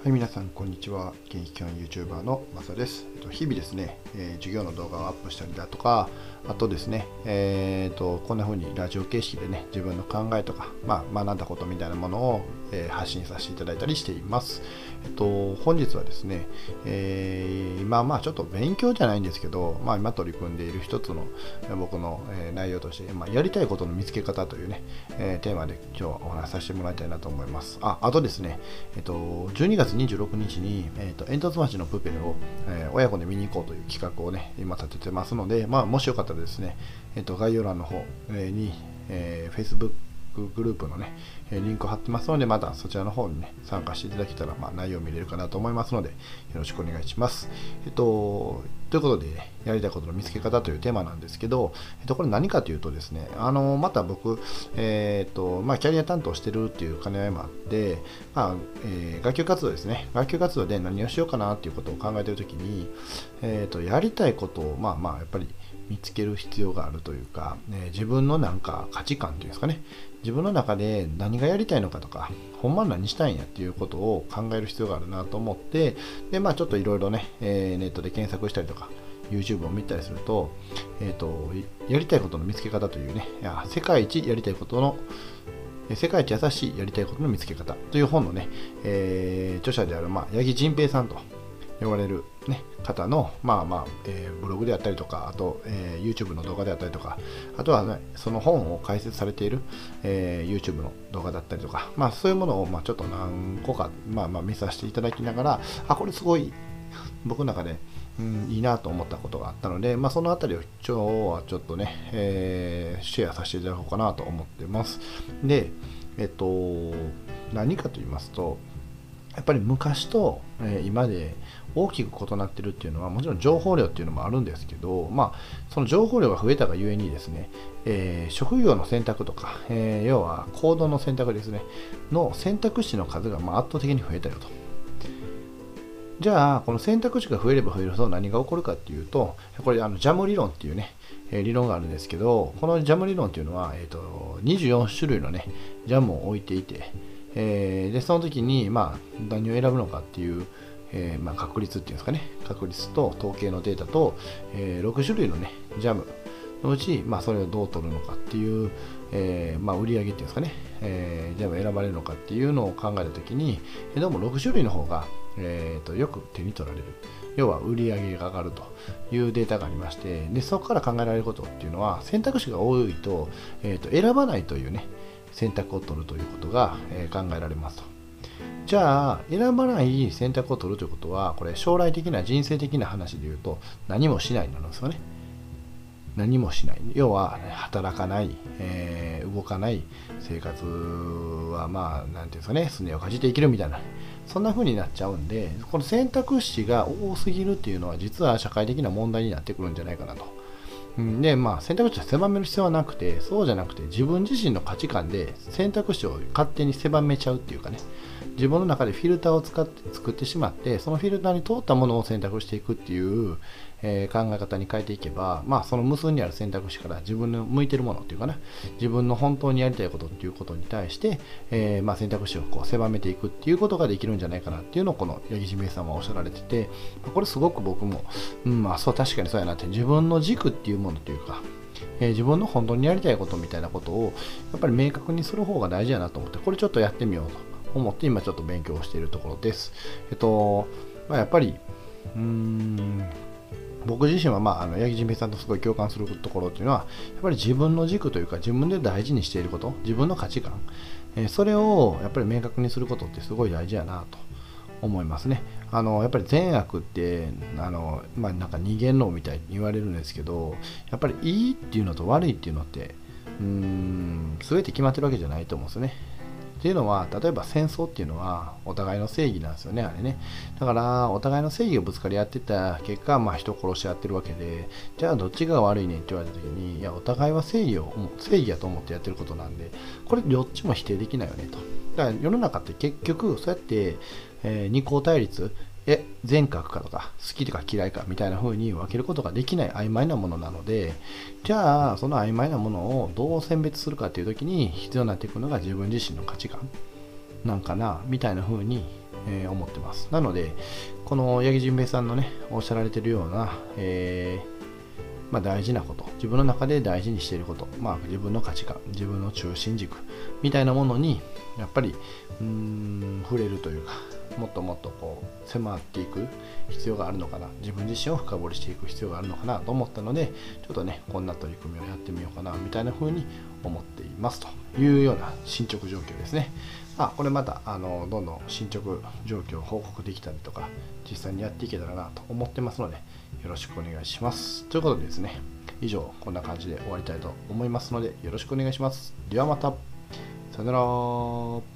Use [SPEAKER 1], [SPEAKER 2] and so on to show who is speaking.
[SPEAKER 1] はい、皆さん、こんにちは。現役教員 YouTuber のまさです。日々ですね、授業の動画をアップしたりだとか、あとですね、こんな風にラジオ形式でね、自分の考えとか、学んだことみたいなものを、発信させていただいたりしています。本日はですね、今、ちょっと勉強じゃないんですけど、今取り組んでいる一つの僕の、内容として、やりたいことの見つけ方というね、テーマで今日はお話しさせてもらいたいなと思います。あとですね、12月26日に、煙突町のプペルを、親子で見に行こうという企画をね、今立ててますので、もしよかったらですね、概要欄の方に、Facebook グループのね、リンクを貼ってますので、またそちらの方にね、参加していただけたら、内容を見れるかなと思いますので、よろしくお願いします。ということで、やりたいことの見つけ方というテーマなんですけど、これ何かというとですね、また僕、キャリア担当してるっていう兼ね合いもあって、学級活動ですね、学級活動で何をしようかなっていうことを考えているときに、やりたいことを、やっぱり見つける必要があるというか、自分のなんか価値観っていうんですかね、自分の中で何がやりたいのかとか、ほんま何したいんやっていうことを考える必要があるなと思って、で、ちょっといろいろね、ネットで検索したりとか、YouTube を見たりすると、やりたいことの見つけ方というね、世界一やりたいことの世界一優しいやりたいことの見つけ方という本のね、著者である、八木仁平さんと呼ばれる、ね、方の、ブログであったりとか、あと、YouTube の動画であったりとか、あとは、ね、その本を解説されている、YouTube の動画だったりとか、そういうものを、ちょっと何個か、見させていただきながら、これすごい僕の中で、いいなと思ったことがあったので、そのあたりを今日はちょっとね、シェアさせていただこうかなと思ってます。で、何かと言いますと、やっぱり昔と、今で大きく異なっているっていうのはもちろん情報量っていうのもあるんですけど、その情報量が増えたがゆえにですね、職業の選択とか、要は行動の選択ですねの選択肢の数が圧倒的に増えたよと。じゃあこの選択肢が増えれば増えるほど何が起こるかっていうと、これジャム理論っていうね、理論があるんですけど、このジャム理論っていうのは、24種類のねジャムを置いていて、でその時に、何を選ぶのかっていう、確率っていうんですかね、確率と統計のデータと、6種類のねジャムのうち、それをどう取るのかっていう、売り上げっていうんですかね、ジャムを選ばれるのかっていうのを考えた時に、どうも6種類の方が、よく手に取られる、要は売り上げが上がるというデータがありまして、でそこから考えられることっていうのは、選択肢が多いと、選ばないというね選択を取るということが、考えられますと。じゃあ選ばない選択を取るということは、これ将来的な人生的な話で言うと何もしないなんですよね。何もしない、要は働かない、動かない生活はなんていうんですかね、すねをかじって生きるみたいな、そんな風になっちゃうんで、この選択肢が多すぎるっていうのは実は社会的な問題になってくるんじゃないかなと。で、選択肢を狭める必要はなくて、そうじゃなくて自分自身の価値観で選択肢を勝手に狭めちゃうっていうかね、自分の中でフィルターを使って作ってしまって、そのフィルターに通ったものを選択していくっていう、考え方に変えていけば、その無数にある選択肢から自分の向いてるものっていうかな、自分の本当にやりたいことっていうことに対して、選択肢をこう狭めていくっていうことができるんじゃないかなっていうのをこの八木締めさんはおっしゃられてて、これすごく僕も、そう確かにそうやなって、自分の軸っていうものというか、自分の本当にやりたいことみたいなことをやっぱり明確にする方が大事やなと思って、これちょっとやってみようと思って今ちょっと勉強をしているところです。やっぱり僕自身は、八木仁平さんとすごい共感するところっていうのは、やっぱり自分の軸というか、自分で大事にしていること、自分の価値観、それをやっぱり明確にすることってすごい大事やなと思いますね。やっぱり善悪ってなんか二元論みたいに言われるんですけど、やっぱりいいっていうのと悪いっていうのって全て決まってるわけじゃないと思うんですよね。っていうのは、例えば戦争っていうのはお互いの正義なんですよね、あれね。だからお互いの正義をぶつかり合ってた結果、人殺し合ってるわけで、じゃあどっちが悪いねって言われた時に、いやお互いは正義やと思ってやってることなんで、これどっちも否定できないよねと。だから世の中って結局そうやって、二項対立、善悪かとか好きとか嫌いかみたいな風に分けることができない曖昧なものなので、じゃあその曖昧なものをどう選別するかという時に必要になっていくのが自分自身の価値観なんかなみたいな風に思ってます。なので、この八木純平さんのね、おっしゃられているような、大事なこと、自分の中で大事にしていること、自分の価値観、自分の中心軸みたいなものにやっぱり触れるというか、もっともっと迫っていく必要があるのかな、自分自身を深掘りしていく必要があるのかなと思ったので、ちょっとね、こんな取り組みをやってみようかなみたいな風に思っていますというような進捗状況ですね。これまたどんどん進捗状況を報告できたりとか、実際にやっていけたらなと思ってますので、よろしくお願いします。ということでですね、以上こんな感じで終わりたいと思いますので、よろしくお願いします。ではまた。さよなら。